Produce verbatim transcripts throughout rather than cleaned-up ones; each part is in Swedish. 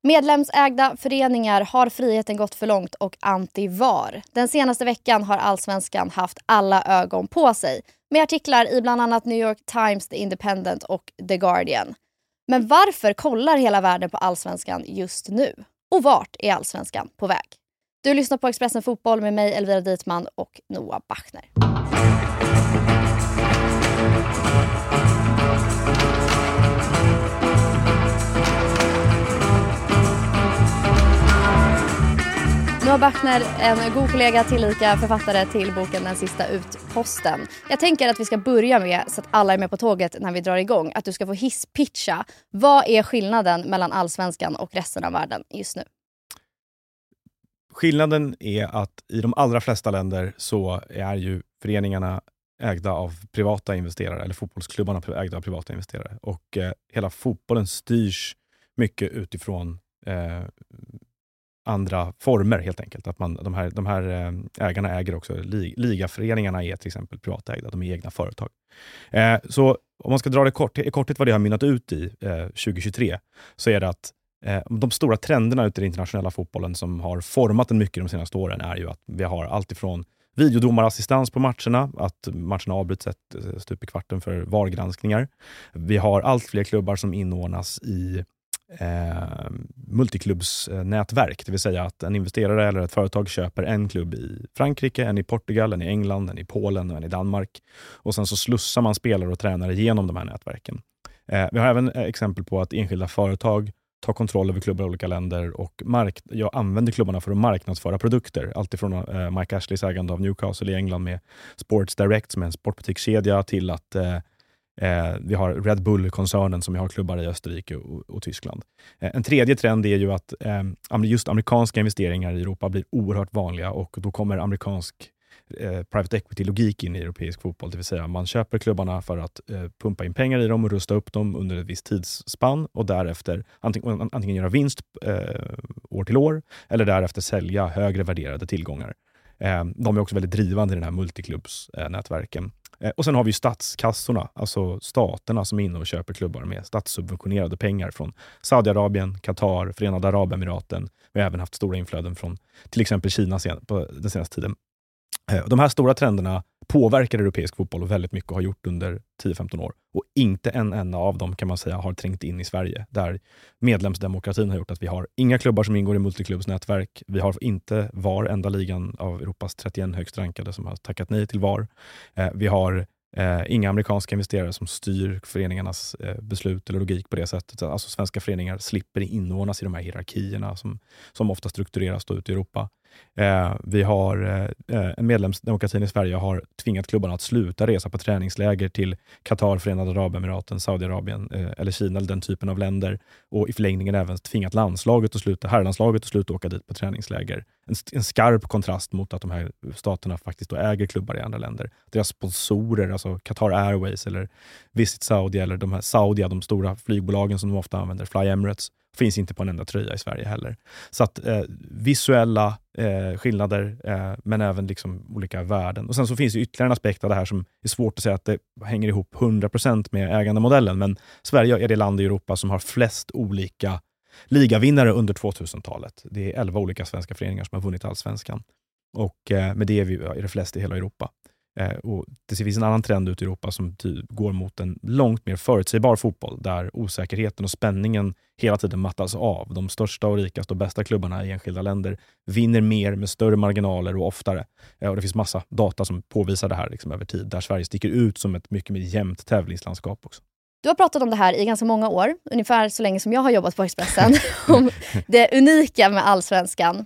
Medlemsägda föreningar har friheten gått för långt och anti-V A R. Den senaste veckan har Allsvenskan haft alla ögon på sig. Med artiklar i bland annat New York Times, The Independent och The Guardian. Men varför kollar hela världen på Allsvenskan just nu? Och vart är Allsvenskan på väg? Du lyssnar på Expressen Fotboll med mig Elvira Dietman och Noah Bachner. Noah Bachner, en god kollega tillika författare till boken Den sista utposten. Jag tänker att vi ska börja med, så att alla är med på tåget när vi drar igång, att du ska få hisspitcha. Vad är skillnaden mellan Allsvenskan och resten av världen just nu? Skillnaden är att i de allra flesta länder så är ju föreningarna ägda av privata investerare, eller fotbollsklubbarna ägda av privata investerare. Och eh, hela fotbollen styrs mycket utifrån eh, andra former helt enkelt. Att man, de här, de här ägarna äger också, lig, ligaföreningarna är till exempel privatägda, de är egna företag. Eh, så om man ska dra det kort, i korthet vad det har mynnat ut i eh, tjugohundratjugotre, så är det att eh, de stora trenderna ute i den internationella fotbollen som har format den mycket de senaste åren är ju att vi har allt ifrån videodomarassistans på matcherna, att matcherna avbryts ett stup i kvarten för V A R-granskningar. Vi har allt fler klubbar som inordnas i Eh, multiklubbsnätverk, det vill säga att en investerare eller ett företag köper en klubb i Frankrike, en i Portugal, en i England, en i Polen och en i Danmark, och sen så slussar man spelare och tränare genom de här nätverken. Eh, vi har även exempel på att enskilda företag tar kontroll över klubbar i olika länder och mark- jag använder klubbarna för att marknadsföra produkter. Alltifrån eh, Mike Ashleys ägande av Newcastle i England med Sports Direct som är en sportbutikskedja till att eh, Eh, vi har Red Bull-koncernen som har klubbar i Österrike och, och Tyskland. Eh, en tredje trend är ju att eh, just amerikanska investeringar i Europa blir oerhört vanliga, och då kommer amerikansk eh, private equity-logik in i europeisk fotboll. Det vill säga man köper klubbarna för att eh, pumpa in pengar i dem och rusta upp dem under ett visst tidsspann och därefter antingen, antingen göra vinst eh, år till år eller därefter sälja högre värderade tillgångar. Eh, de är också väldigt drivande i den här multiklubbsnätverken. Och sen har vi ju statskassorna, alltså staterna som är inne och köper klubbar med statssubventionerade pengar från Saudiarabien, Qatar, Förenade Arabemiraten. Vi har även haft stora inflöden från till exempel Kina sen, på den senaste tiden. De här stora trenderna påverkar europeisk fotboll och väldigt mycket har gjort under tio till femton år. Och inte en enda av dem kan man säga har trängt in i Sverige. Där medlemsdemokratin har gjort att vi har inga klubbar som ingår i multiklubbsnätverk. Vi har inte V A R, enda ligan av Europas trettioen högst rankade som har tackat nej till V A R. Eh, vi har eh, inga amerikanska investerare som styr föreningarnas eh, beslut eller logik på det sättet. Alltså svenska föreningar slipper inordnas i de här hierarkierna som, som ofta struktureras då ute i Europa. Eh, vi har eh, en medlemsdemokratin i Sverige har tvingat klubbarna att sluta resa på träningsläger till Qatar, Förenade Arabemiraten, Saudiarabien eh, eller Kina eller den typen av länder, och i förlängningen även tvingat landslaget att sluta, herrlandslaget att sluta åka dit på träningsläger. En, en skarp kontrast mot att de här staterna faktiskt då äger klubbar i andra länder. Deras sponsorer, alltså Qatar Airways eller Visit Saudi eller de här Saudia, de stora flygbolagen som de ofta använder, Fly Emirates, finns inte på en enda tröja i Sverige heller. Så att eh, visuella eh, skillnader eh, men även liksom olika värden. Och sen så finns det ytterligare en aspekt av det här som är svårt att säga att det hänger ihop hundra procent med ägandemodellen, men Sverige är det land i Europa som har flest olika ligavinnare under tvåtusentalet. Det är elva olika svenska föreningar som har vunnit Allsvenskan. Och eh, med det är, vi, är det flest i hela Europa. Eh, och det finns en annan trend ut i Europa som ty- går mot en långt mer förutsägbar fotboll där osäkerheten och spänningen hela tiden mattas av. De största och rikaste och bästa klubbarna i enskilda länder vinner mer med större marginaler och oftare. Eh, och det finns massa data som påvisar det här liksom över tid, där Sverige sticker ut som ett mycket mer jämnt tävlingslandskap också. Du har pratat om det här i ganska många år, ungefär så länge som jag har jobbat på Expressen, om det unika med Allsvenskan.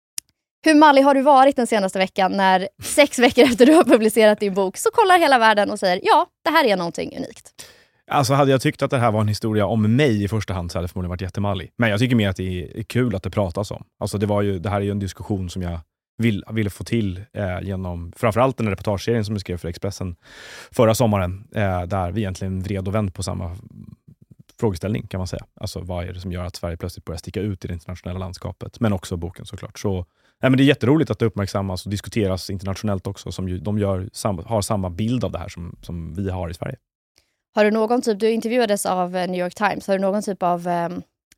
Hur mallig har du varit den senaste veckan när sex veckor efter du har publicerat din bok så kollar hela världen och säger ja, det här är någonting unikt? Alltså hade jag tyckt att det här var en historia om mig i första hand så hade det förmodligen varit jättemallig. Men jag tycker mer att det är kul att det pratas om. Alltså det, var ju, det här är ju en diskussion som jag vill, ville få till eh, genom framförallt den reportageserien som jag skrev för Expressen förra sommaren. Eh, där vi egentligen vred och vänd på samma frågeställning kan man säga. Alltså vad är det som gör att Sverige plötsligt börjar sticka ut i det internationella landskapet. Men också boken såklart. Så nej, men det är jätteroligt att det uppmärksammas och diskuteras internationellt också. Som ju, de gör, sam, har samma bild av det här som, som vi har i Sverige. Har du någon typ, du intervjuades av New York Times, har du någon typ av eh,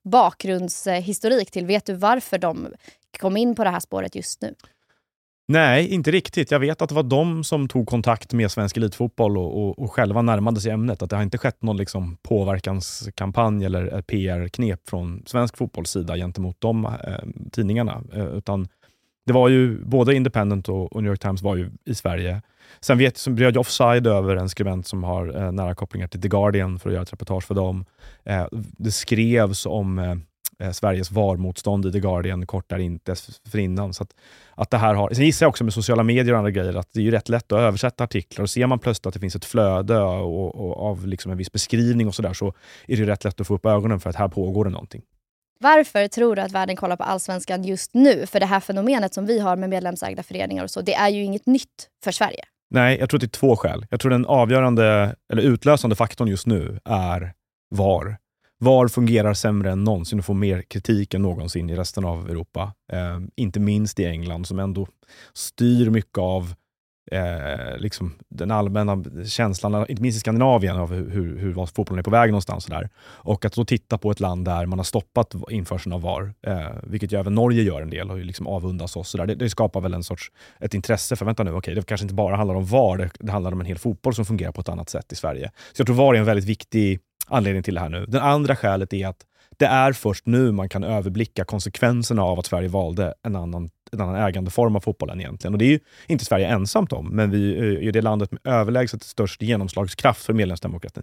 bakgrundshistorik till? Vet du varför de kom in på det här spåret just nu? Nej, inte riktigt. Jag vet att det var de som tog kontakt med svensk elitfotboll och, och, och själva närmade sig ämnet. Att det har inte skett någon liksom påverkanskampanj eller P R-knep från svensk fotbollssida gentemot de eh, tidningarna. Eh, utan det var ju, både Independent och, och New York Times var ju i Sverige. Sen vet som bjöd jag Offside över en skribent som har eh, nära kopplingar till The Guardian för att göra ett reportage för dem. Eh, det skrevs om eh, Sveriges V A R-motstånd i The Guardian kort där inte för innan. Så att, att det här har, sen gissar jag också med sociala medier och andra grejer att det är ju rätt lätt att översätta artiklar, och ser man plötsligt att det finns ett flöde och, och, av liksom en viss beskrivning och sådär, så är det ju rätt lätt att få upp ögonen för att här pågår det någonting. Varför tror du att världen kollar på Allsvenskan just nu? För det här fenomenet som vi har med medlemsägda föreningar och så, det är ju inget nytt för Sverige. Nej, jag tror att det är två skäl. Jag tror den avgörande eller utlösande faktorn just nu är V A R. V A R fungerar sämre än någonsin och får mer kritik än någonsin i resten av Europa. Eh, inte minst i England som ändå styr mycket av eh, liksom den allmänna känslan, inte minst i Skandinavien, av hur, hur, hur fotbollen är på väg någonstans. Och, där. Och att då titta på ett land där man har stoppat införseln av V A R, eh, vilket ju även Norge gör en del och liksom avundas oss. Så där. Det, det skapar väl en sorts ett intresse för, vänta nu, okej, det kanske inte bara handlar om V A R, det, det handlar om en hel fotboll som fungerar på ett annat sätt i Sverige. Så jag tror V A R är en väldigt viktig anledning till det här nu. Det andra skälet är att det är först nu man kan överblicka konsekvenserna av att Sverige valde en annan, en annan ägandeform av fotbollen egentligen. Och det är ju inte Sverige ensamt om, men vi är ju det landet med överlägset störst genomslagskraft för medlemsdemokratin.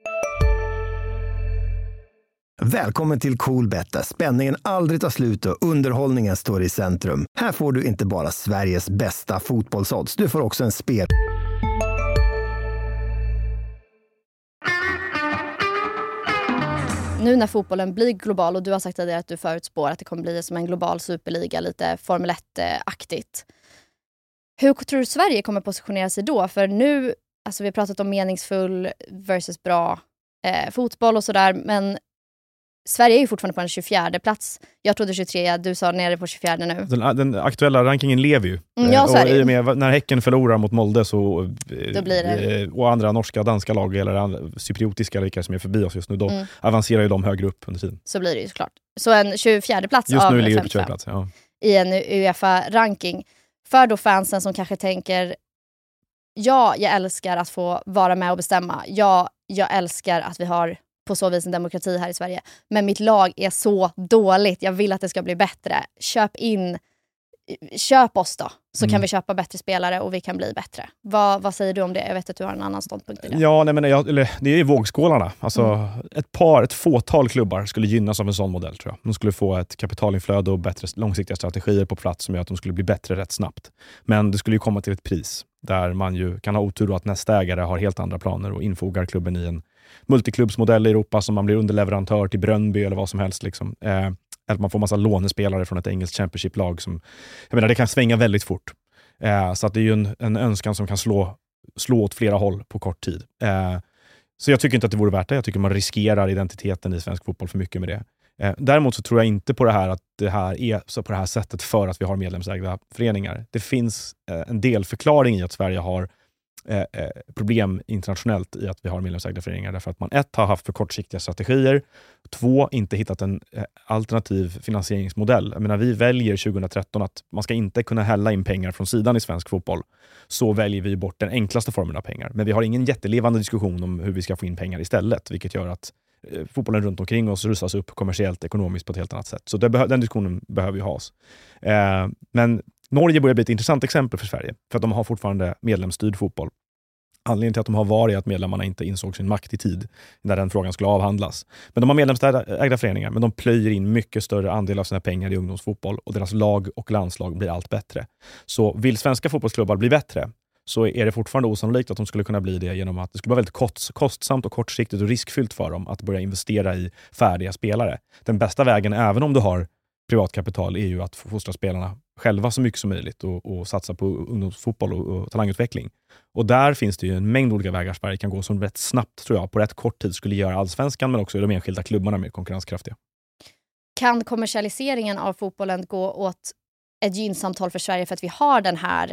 Välkommen till Coolbet där spänningen aldrig tar slut och underhållningen står i centrum. Här får du inte bara Sveriges bästa fotbollsodds, du får också en spel... Nu när fotbollen blir global, och du har sagt tidigare att du förutspår att det kommer bli som en global superliga, lite Formel ett-aktigt. Hur tror du Sverige kommer positionera sig då? För nu, alltså vi har pratat om meningsfull versus bra eh, fotboll och sådär, men Sverige är ju fortfarande på en tjugofjärde plats. Jag trodde tjugotre, du sa nere på tjugofjärde nu. Den, den aktuella rankingen lever ju. Mm, jag och i och med, när Häcken förlorar mot Molde så, då blir det. och andra norska och danska lag eller andra, cypriotiska vilka som är förbi oss just nu, då mm. avancerar ju de högre upp under tiden. Så blir det ju såklart. Så en tjugofjärde plats just av nu ligger på tjugofjärde plats, ja. I en UEFA-ranking. För då fansen som kanske tänker, ja, jag älskar att få vara med och bestämma. Ja, jag älskar att vi har på så vis en demokrati här i Sverige. Men mitt lag är så dåligt. Jag vill att det ska bli bättre. Köp in, köp oss då. Så mm. kan vi köpa bättre spelare och vi kan bli bättre. Vad, vad säger du om det? Jag vet att du har en annan ståndpunkt i det. Ja, nej, men jag, eller, det är ju vågskålarna. Alltså, mm. ett par, ett fåtal klubbar skulle gynnas av en sån modell, tror jag. De skulle få ett kapitalinflöde och bättre långsiktiga strategier på plats som gör att de skulle bli bättre rätt snabbt. Men det skulle ju komma till ett pris där man ju kan ha otur att nästa ägare har helt andra planer och infogar klubben i en multiklubbsmodell i Europa som man blir underleverantör till Brönnby eller vad som helst. Liksom. Eh, eller man får massa lånespelare från ett engelskt Championship-lag som, jag menar, det kan svänga väldigt fort. Eh, så att det är ju en, en önskan som kan slå, slå åt flera håll på kort tid. Eh, så jag tycker inte att det vore värt det. Jag tycker man riskerar identiteten i svensk fotboll för mycket med det. Eh, däremot så tror jag inte på det här att det här är så på det här sättet för att vi har medlemsägda föreningar. Det finns eh, en del förklaring i att Sverige har Eh, eh, problem internationellt i att vi har medlemsägda föreningar därför att man ett har haft för kortsiktiga strategier, två inte hittat en eh, alternativ finansieringsmodell. Jag menar, vi väljer tjugohundratretton att man ska inte kunna hälla in pengar från sidan i svensk fotboll. Så väljer vi bort den enklaste formen av pengar. Men vi har ingen jättelevande diskussion om hur vi ska få in pengar istället, vilket gör att eh, fotbollen runt omkring oss rustas upp kommersiellt, ekonomiskt på ett helt annat sätt. Så det beh- den diskussionen behöver vi ha oss. Eh, men Norge börjar bli ett intressant exempel för Sverige, för att de har fortfarande medlemsstyrd fotboll. Anledningen till att de har varit att medlemmarna inte insåg sin makt i tid när den frågan skulle avhandlas. Men de har medlemsägda föreningar, men de plöjer in mycket större andel av sina pengar i ungdomsfotboll och deras lag och landslag blir allt bättre. Så vill svenska fotbollsklubbar bli bättre, så är det fortfarande osannolikt att de skulle kunna bli det genom att det skulle vara väldigt kost, kostsamt och kortsiktigt och riskfyllt för dem att börja investera i färdiga spelare. Den bästa vägen, även om du har privatkapital, är ju att fostra spelarna själva så mycket som möjligt och, och satsa på ungdomsfotboll och, och talangutveckling. Och där finns det ju en mängd olika vägar Sverige kan gå som rätt snabbt, tror jag, på rätt kort tid skulle göra allsvenskan men också de enskilda klubbarna mer konkurrenskraftiga. Kan kommersialiseringen av fotbollen gå åt ett gynnsamt håll för Sverige för att vi har den här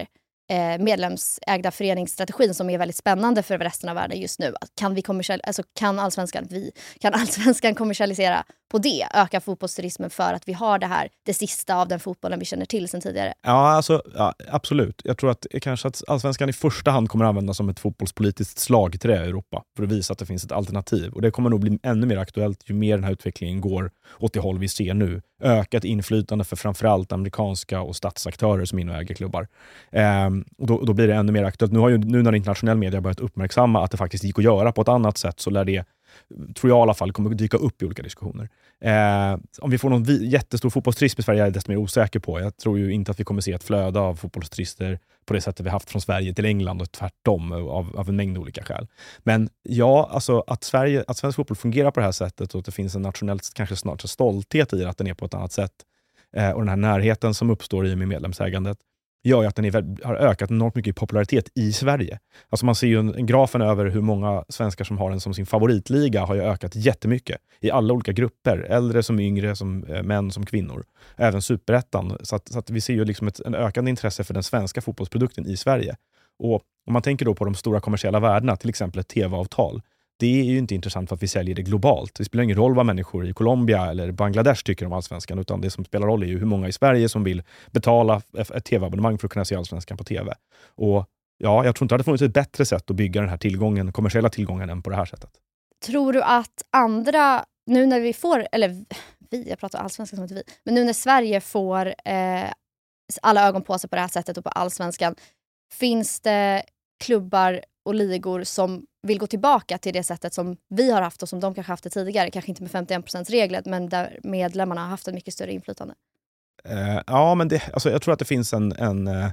eh, medlemsägda föreningsstrategin som är väldigt spännande för resten av världen just nu. Kan, vi kommersial- alltså, kan, allsvenskan, vi, kan allsvenskan kommersialisera på det? Öka fotbollsturismen för att vi har det här, det sista av den fotbollen vi känner till sedan tidigare? Ja, alltså, ja, absolut. Jag tror att kanske att allsvenskan i första hand kommer att användas som ett fotbollspolitiskt slagträ i Europa för att visa att det finns ett alternativ. Och det kommer nog bli ännu mer aktuellt ju mer den här utvecklingen går åt det håll vi ser nu. Ökat inflytande för framförallt amerikanska och statsaktörer som in och äger klubbar. Ehm, och då, då blir det ännu mer aktuellt. Nu har ju nu när internationell media börjat uppmärksamma att det faktiskt gick att göra på ett annat sätt, så lär det, tror jag i alla fall, kommer att dyka upp i olika diskussioner. Eh, om vi får någon vi- jättestor fotbollsturism i Sverige är jag desto mer osäker på. Jag tror ju inte att vi kommer se ett flöde av fotbollsturister på det sättet vi haft från Sverige till England och tvärtom av, av en mängd olika skäl. Men ja, alltså att, Sverige, att svensk fotboll fungerar på det här sättet och att det finns en nationellt kanske snart stolthet i att den är på ett annat sätt eh, och den här närheten som uppstår i med medlemsägandet gör ju att den är, har ökat enormt mycket i popularitet i Sverige. Alltså man ser ju en, en grafen över hur många svenskar som har den som sin favoritliga har ju ökat jättemycket i alla olika grupper. Äldre som yngre, som eh, män som kvinnor. Även superettan. Så att, så att vi ser ju liksom ett en ökande intresse för den svenska fotbollsprodukten i Sverige. Och om man tänker då på de stora kommersiella värdena, till exempel ett tv-avtal. Det är ju inte intressant för att vi säljer det globalt. Det spelar ingen roll vad människor i Colombia eller Bangladesh tycker om allsvenskan, utan det som spelar roll är ju hur många i Sverige som vill betala ett tv-abonnemang för att kunna se allsvenskan på tv. Och ja, jag tror inte att det funnits ett bättre sätt att bygga den här tillgången, kommersiella tillgången, än på det här sättet. Tror du att andra, nu när vi får, eller vi, jag pratar allsvenskan som inte vi, men nu när Sverige får eh, alla ögon på sig på det här sättet och på allsvenskan, finns det klubbar och ligor som vill gå tillbaka till det sättet som vi har haft och som de kanske haft det tidigare, kanske inte med femtioen procent-reglet, men där medlemmarna har haft ett mycket större inflytande? Uh, ja, men det, alltså, jag tror att det finns en, en uh,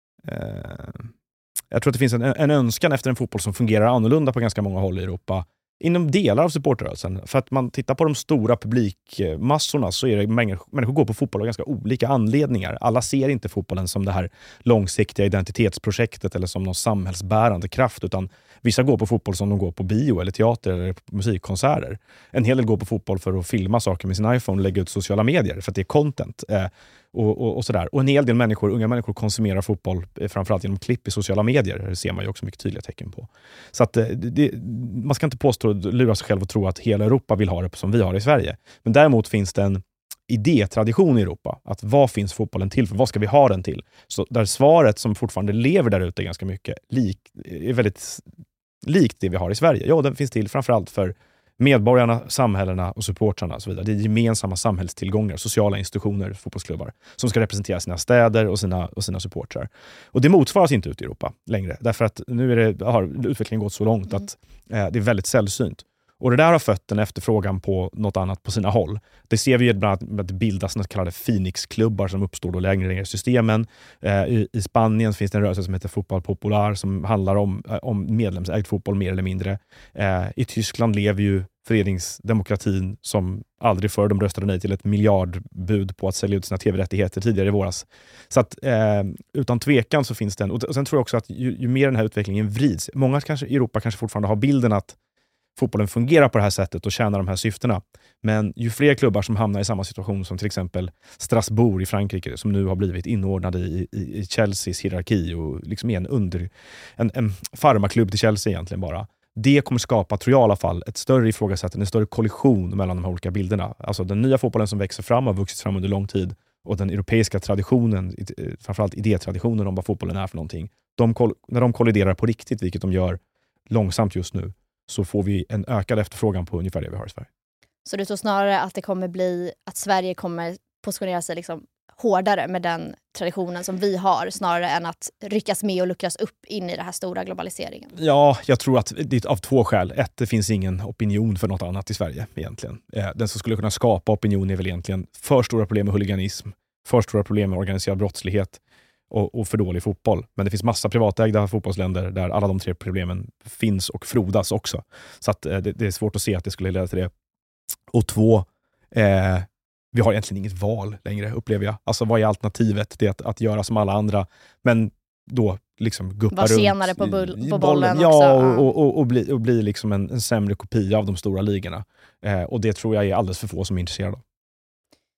jag tror att det finns en, en önskan efter en fotboll som fungerar annorlunda på ganska många håll i Europa, inom delar av supportrörelsen. För att man tittar på de stora publikmassorna så är det människor, människor går på fotboll av ganska olika anledningar. Alla ser inte fotbollen som det här långsiktiga identitetsprojektet eller som någon samhällsbärande kraft, utan vissa går på fotboll som de går på bio eller teater eller musikkonserter. En hel del går på fotboll för att filma saker med sin iPhone och lägga ut sociala medier för att det är content. Eh, Och, och, och, sådär. Och en hel del människor, unga människor konsumerar fotboll framförallt genom klipp i sociala medier. Det ser man ju också mycket tydliga tecken på. Så att det, man ska inte påstå, lura sig själv och tro att hela Europa vill ha det som vi har i Sverige. Men däremot finns det en idétradition i Europa. Att vad finns fotbollen till för? Vad ska vi ha den till? Så där svaret som fortfarande lever där ute ganska mycket lik, är väldigt likt det vi har i Sverige. Ja, den finns till framförallt för medborgarna, samhällena och supportrarna och så vidare. Det är gemensamma samhällstillgångar, sociala institutioner, fotbollsklubbar som ska representera sina städer och sina, och sina supportrar. Och det motsvaras inte ut i Europa längre. Därför att nu är det, har utvecklingen gått så långt att eh, det är väldigt sällsynt. Och det där har fött en efterfrågan på något annat på sina håll. Det ser vi ju bland annat att det bildas något kallade Phoenix-klubbar som uppstår då längre ner i systemen. Eh, i, I Spanien finns det en rörelse som heter Fotboll Popular som handlar om, eh, om medlemsägd fotboll mer eller mindre. Eh, I Tyskland lever ju föreningsdemokratin som aldrig förr. De röstade nej till ett miljardbud på att sälja ut sina tv-rättigheter tidigare i våras. Så att eh, utan tvekan så finns den. Och, och sen tror jag också att ju, ju mer den här utvecklingen vrids, många kanske i Europa kanske fortfarande har bilden att fotbollen fungerar på det här sättet och tjänar de här syftena. Men ju fler klubbar som hamnar i samma situation som till exempel Strasbourg i Frankrike som nu har blivit inordnade i, i, i Chelseas hierarki och liksom är en, under, en, en farmaklubb till Chelsea egentligen bara. Det kommer skapa, tror jag i alla fall, ett större ifrågasättande, en större kollision mellan de här olika bilderna. Alltså den nya fotbollen som växer fram har vuxit fram under lång tid och den europeiska traditionen, framförallt idétraditionen om vad fotbollen är för någonting. De, när de kolliderar på riktigt, vilket de gör långsamt just nu, så får vi en ökad efterfrågan på ungefär det vi har i Sverige. Så du tror snarare att det kommer bli att Sverige kommer positionera sig liksom hårdare med den traditionen som vi har, snarare än att ryckas med och luckras upp in i den här stora globaliseringen? Ja, jag tror att det är av två skäl. Ett, det finns ingen opinion för något annat i Sverige egentligen. Den som skulle kunna skapa opinion är väl egentligen för stora problem med huliganism, för stora problem med organiserad brottslighet och, och för dålig fotboll. Men det finns massa privatägda fotbollsländer där alla de tre problemen finns och frodas också. Så att, det, det är svårt att se att det skulle leda till det. Och två, eh, vi har egentligen inget val längre, upplever jag. Alltså vad är alternativet? Det är att, att göra som alla andra, men då liksom guppa var runt senare på, bull, på bollen, bollen ja, också. och, och, och, och bli, och bli liksom en, en sämre kopia av de stora ligorna. Eh, och det tror jag är alldeles för få som är intresserade av.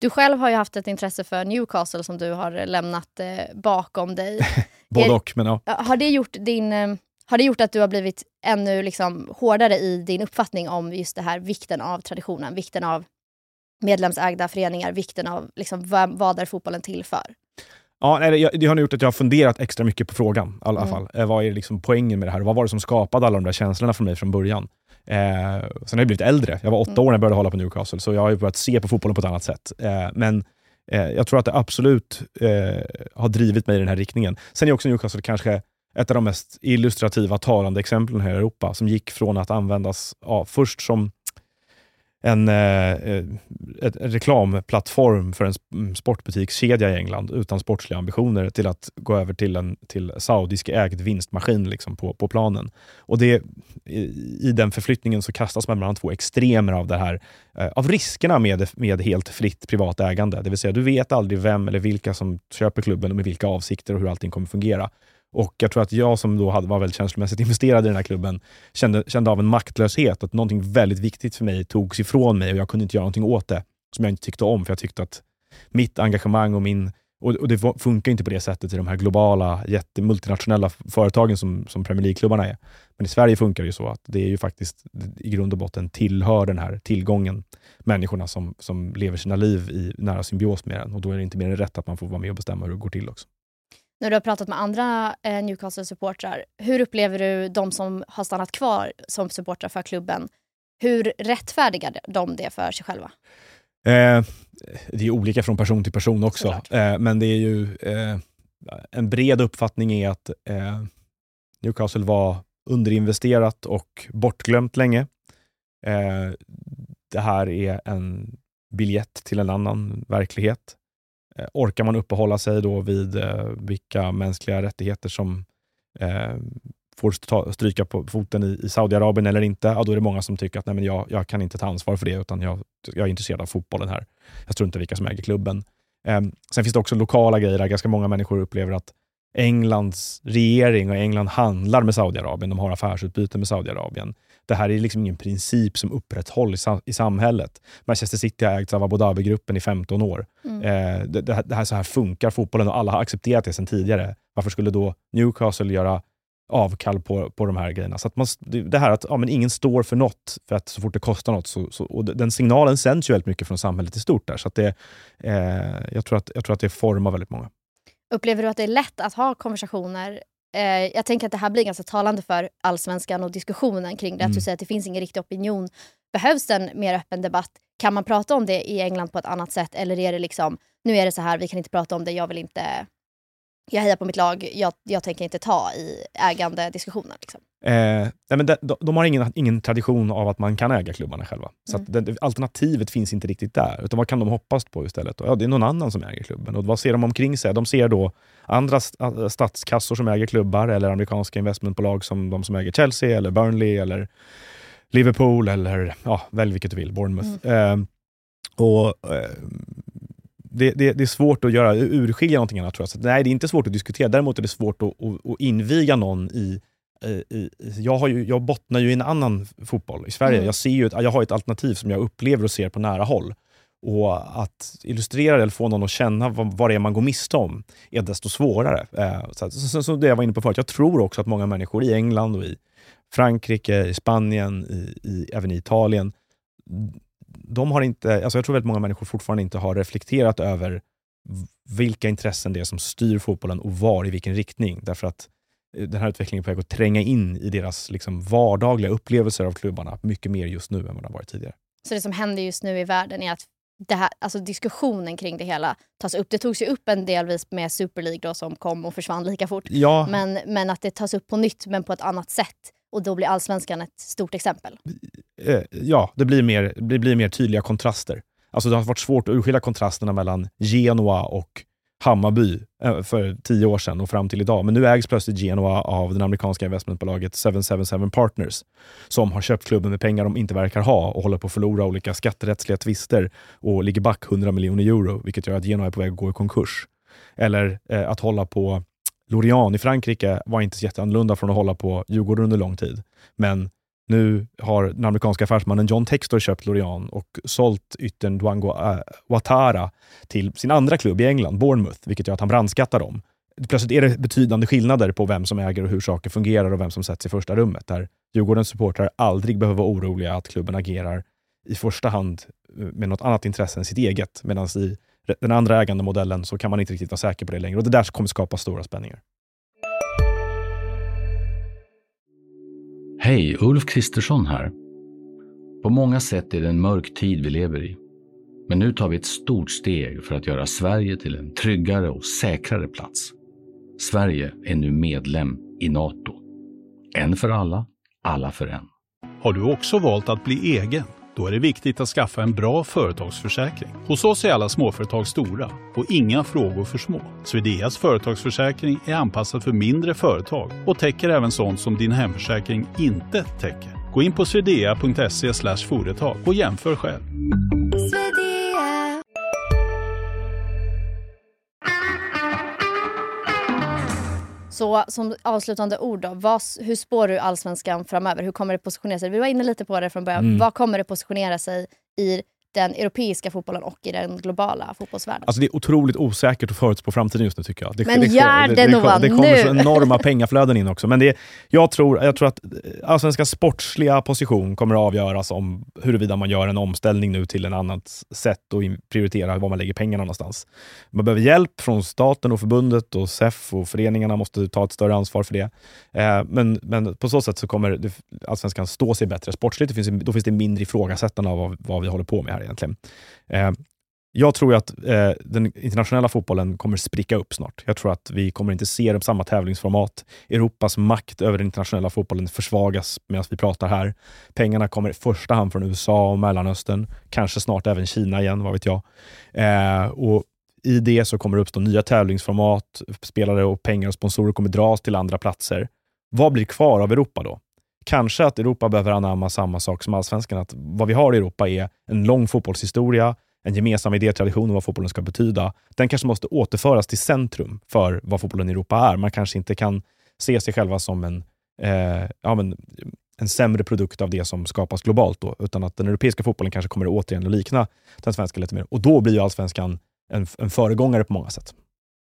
Du själv har ju haft ett intresse för Newcastle som du har lämnat eh, bakom dig. Både är, och, men ja. Har det gjort din... Eh, Har det gjort att du har blivit ännu liksom hårdare i din uppfattning om just det här vikten av traditionen, vikten av medlemsägda föreningar, vikten av liksom vad, vad är fotbollen till för? Ja, nej, det har gjort att jag har funderat extra mycket på frågan i alla Mm. fall. Eh, vad är liksom poängen med det här? Vad var det som skapade alla de där känslorna för mig från början? Eh, sen har jag blivit äldre. Jag var åtta Mm. år när jag började hålla på Newcastle, så jag har ju börjat se på fotbollen på ett annat sätt. Eh, men eh, jag tror att det absolut eh, har drivit mig i den här riktningen. Sen är också Newcastle kanske ett av de mest illustrativa talande exemplen här i Europa, som gick från att användas ja, först som en, eh, ett, en reklamplattform för en sportbutikskedja i England utan sportsliga ambitioner till att gå över till en till saudisk ägd vinstmaskin liksom på, på planen. Och det, i, i den förflyttningen så kastas man mellan två extremer av det här, eh, av riskerna med, med helt fritt privat ägande. Det vill säga, du vet aldrig vem eller vilka som köper klubben och med vilka avsikter och hur allting kommer fungera. Och jag tror att jag som då hade, var väldigt känslomässigt investerad i den här klubben kände, kände av en maktlöshet, att någonting väldigt viktigt för mig togs ifrån mig och jag kunde inte göra någonting åt det som jag inte tyckte om, för jag tyckte att mitt engagemang och min och, och det funkar inte på det sättet i de här globala, jättemultinationella företagen som, som Premier League-klubbarna är. Men i Sverige funkar det ju så att det är ju faktiskt i grund och botten tillhör den här tillgången människorna som, som lever sina liv i nära symbios med den, och då är det inte mer än rätt att man får vara med och bestämma hur det går till också. När du har pratat med andra eh, Newcastle-supportrar, hur upplever du de som har stannat kvar som supportrar för klubben? Hur rättfärdigar de det för sig själva? Eh, det är olika från person till person också. Eh, men det är ju eh, en bred uppfattning är att eh, Newcastle var underinvesterat och bortglömt länge. Eh, det här är en biljett till en annan verklighet. Eh, orkar man uppehålla sig då vid eh, vilka mänskliga rättigheter som eh, får ta, stryka på foten i, i Saudiarabien eller inte, ja, då är det många som tycker att nej, men jag, jag kan inte ta ansvar för det, utan jag, jag är intresserad av fotbollen här. Jag tror inte vilka som äger klubben. Eh, sen finns det också lokala grejer där ganska många människor upplever att Englands regering och England handlar med Saudiarabien, de har affärsutbyte med Saudiarabien. Det här är liksom ingen princip som upprätthålls i, i samhället. Manchester City har ägts av Abu Dhabi-gruppen i femton år. Mm. Eh, det, det, det här, så här funkar fotbollen och alla har accepterat det sedan tidigare. Varför skulle då Newcastle göra avkall på, på de här grejerna? Så att man, det här att ja, men ingen står för något, för att så fort det kostar något så, så, och den signalen sänds ju väldigt mycket från samhället i stort där. Så att det, eh, jag, tror att, jag tror att det formar väldigt många. Upplever du att det är lätt att ha konversationer? Eh, jag tänker att det här blir ganska talande för allsvenskan och diskussionen kring det. Mm. Att du säger att det finns ingen riktig opinion. Behövs det en mer öppen debatt? Kan man prata om det i England på ett annat sätt? Eller är det liksom, nu är det så här, vi kan inte prata om det, jag vill inte... Jag hejar på mitt lag, jag, jag tänker inte ta i ägande diskussioner. Liksom. Eh, nej men de, de har ingen, ingen tradition av att man kan äga klubbarna själva. Så mm. att det, alternativet finns inte riktigt där. Utan vad kan de hoppas på istället? Ja, det är någon annan som äger klubben. Och vad ser de omkring sig? De ser då andra statskassor som äger klubbar, eller amerikanska investmentbolag som de som äger Chelsea eller Burnley eller Liverpool eller ja, välj vilket du vill, Bournemouth. Mm. Eh, och... Eh, Det, det, det är svårt att göra, urskilja någonting annat, tror jag. Så, nej, det är inte svårt att diskutera. Däremot är det svårt att, att, att inviga någon i... i, i jag, har ju, jag bottnar ju i en annan fotboll i Sverige. Mm. Jag, ser ju ett, jag har ett alternativ som jag upplever och ser på nära håll. Och att illustrera eller få någon att känna vad, vad det är man går miste om är desto svårare. Eh, så, så, så det jag var inne på förut. Jag tror också att många människor i England och i Frankrike, i Spanien, i, i, även i Italien... De har inte, alltså jag tror väldigt många människor fortfarande inte har reflekterat över vilka intressen det är som styr fotbollen och var, i vilken riktning. Därför att den här utvecklingen är på väg att tränga in i deras liksom vardagliga upplevelser av klubbarna mycket mer just nu än vad det har varit tidigare. Så det som händer just nu i världen är att det här, alltså diskussionen kring det hela tas upp. Det togs ju upp en delvis med Super League då, som kom och försvann lika fort. Ja. Men, men att det tas upp på nytt, men på ett annat sätt. Och då blir allsvenskan ett stort exempel. Ja, det blir mer, det blir mer tydliga kontraster. Alltså det har varit svårt att urskilja kontrasterna mellan Genoa och Hammarby för tio år sedan och fram till idag. Men nu ägs plötsligt Genoa av det amerikanska investmentbolaget seven seven seven Partners, som har köpt klubben med pengar de inte verkar ha och håller på att förlora olika skatterättsliga tvister och ligger back hundra miljoner euro, vilket gör att Genoa är på väg att gå i konkurs. Eller eh, att hålla på Lorient i Frankrike var inte så jätteannorlunda från att hålla på Djurgården under lång tid. Men Nu har den amerikanska affärsmannen John Textor köpt Lorient och sålt yttern Dwango Ouattara till sin andra klubb i England, Bournemouth, vilket gör att han brandskattar dem. Plötsligt är det betydande skillnader på vem som äger och hur saker fungerar och vem som sätts i första rummet. Där Djurgårdens supportrar aldrig behöver vara oroliga att klubben agerar i första hand med något annat intresse än sitt eget. Medan i den andra ägandemodellen så kan man inte riktigt vara säker på det längre. Och det där kommer skapa stora spänningar. Hej, Ulf Kristersson här. På många sätt är det en mörk tid vi lever i. Men nu tar vi ett stort steg för att göra Sverige till en tryggare och säkrare plats. Sverige är nu medlem i NATO. En för alla, alla för en. Har du också valt att bli egen? Då är det viktigt att skaffa en bra företagsförsäkring. Hos oss är alla småföretag stora och inga frågor för små. Swedeas företagsförsäkring är anpassad för mindre företag och täcker även sånt som din hemförsäkring inte täcker. Gå in på swedea punkt se slash företag och jämför själv. Så som avslutande ord då, vad, hur spår du allsvenskan framöver? Hur kommer det positionera sig? Vi var inne lite på det från början. Mm. Vad kommer det positionera sig i den europeiska fotbollen och i den globala fotbollsvärlden? Alltså det är otroligt osäkert att förutspå framtiden just nu, tycker jag. Det, Men det, gör det, det, det, det, det kommer nu. så enorma pengaflöden in också. Men det, jag, tror, jag tror att allsvenska sportsliga position kommer att avgöras om huruvida man gör en omställning nu till en annat sätt och prioritera var man lägger pengarna någonstans. Man behöver hjälp från staten och förbundet och S E F och föreningarna måste ta ett större ansvar för det. Eh, men, men på så sätt så kommer det, allsvenskan stå sig bättre sportsligt. Det finns, då finns det mindre ifrågasättande av vad, vad vi håller på med här egentligen. Eh, jag tror att eh, den internationella fotbollen kommer spricka upp snart. Jag tror att vi kommer inte se samma tävlingsformat. Europas makt över den internationella fotbollen försvagas medan vi pratar här. Pengarna kommer i första hand från U S A och Mellanöstern. Kanske snart även Kina igen, vad vet jag. Eh, och i det så kommer det uppstå nya tävlingsformat. Spelare och pengar och sponsorer kommer dras till andra platser. Vad blir kvar av Europa då? Kanske att Europa behöver anamma samma sak som allsvenskan. Att vad vi har i Europa är en lång fotbollshistoria, en gemensam idétradition om vad fotbollen ska betyda. Den kanske måste återföras till centrum för vad fotbollen i Europa är. Man kanske inte kan se sig själva som en, eh, ja, men, en sämre produkt av det som skapas globalt då, utan att den europeiska fotbollen kanske kommer att återigen likna den svenska lite mer. Och då blir ju allsvenskan en, en föregångare på många sätt.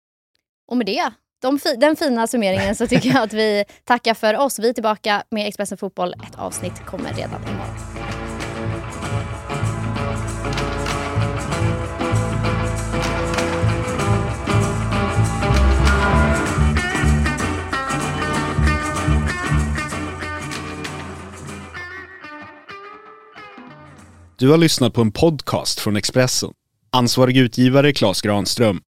Och med det, de, den fina summeringen, så tycker jag att vi tackar för oss. Vi är tillbaka med Expressen Fotboll. Ett avsnitt kommer redan imorgon. Du har lyssnat på en podcast från Expressen. Ansvarig utgivare Claes Granström.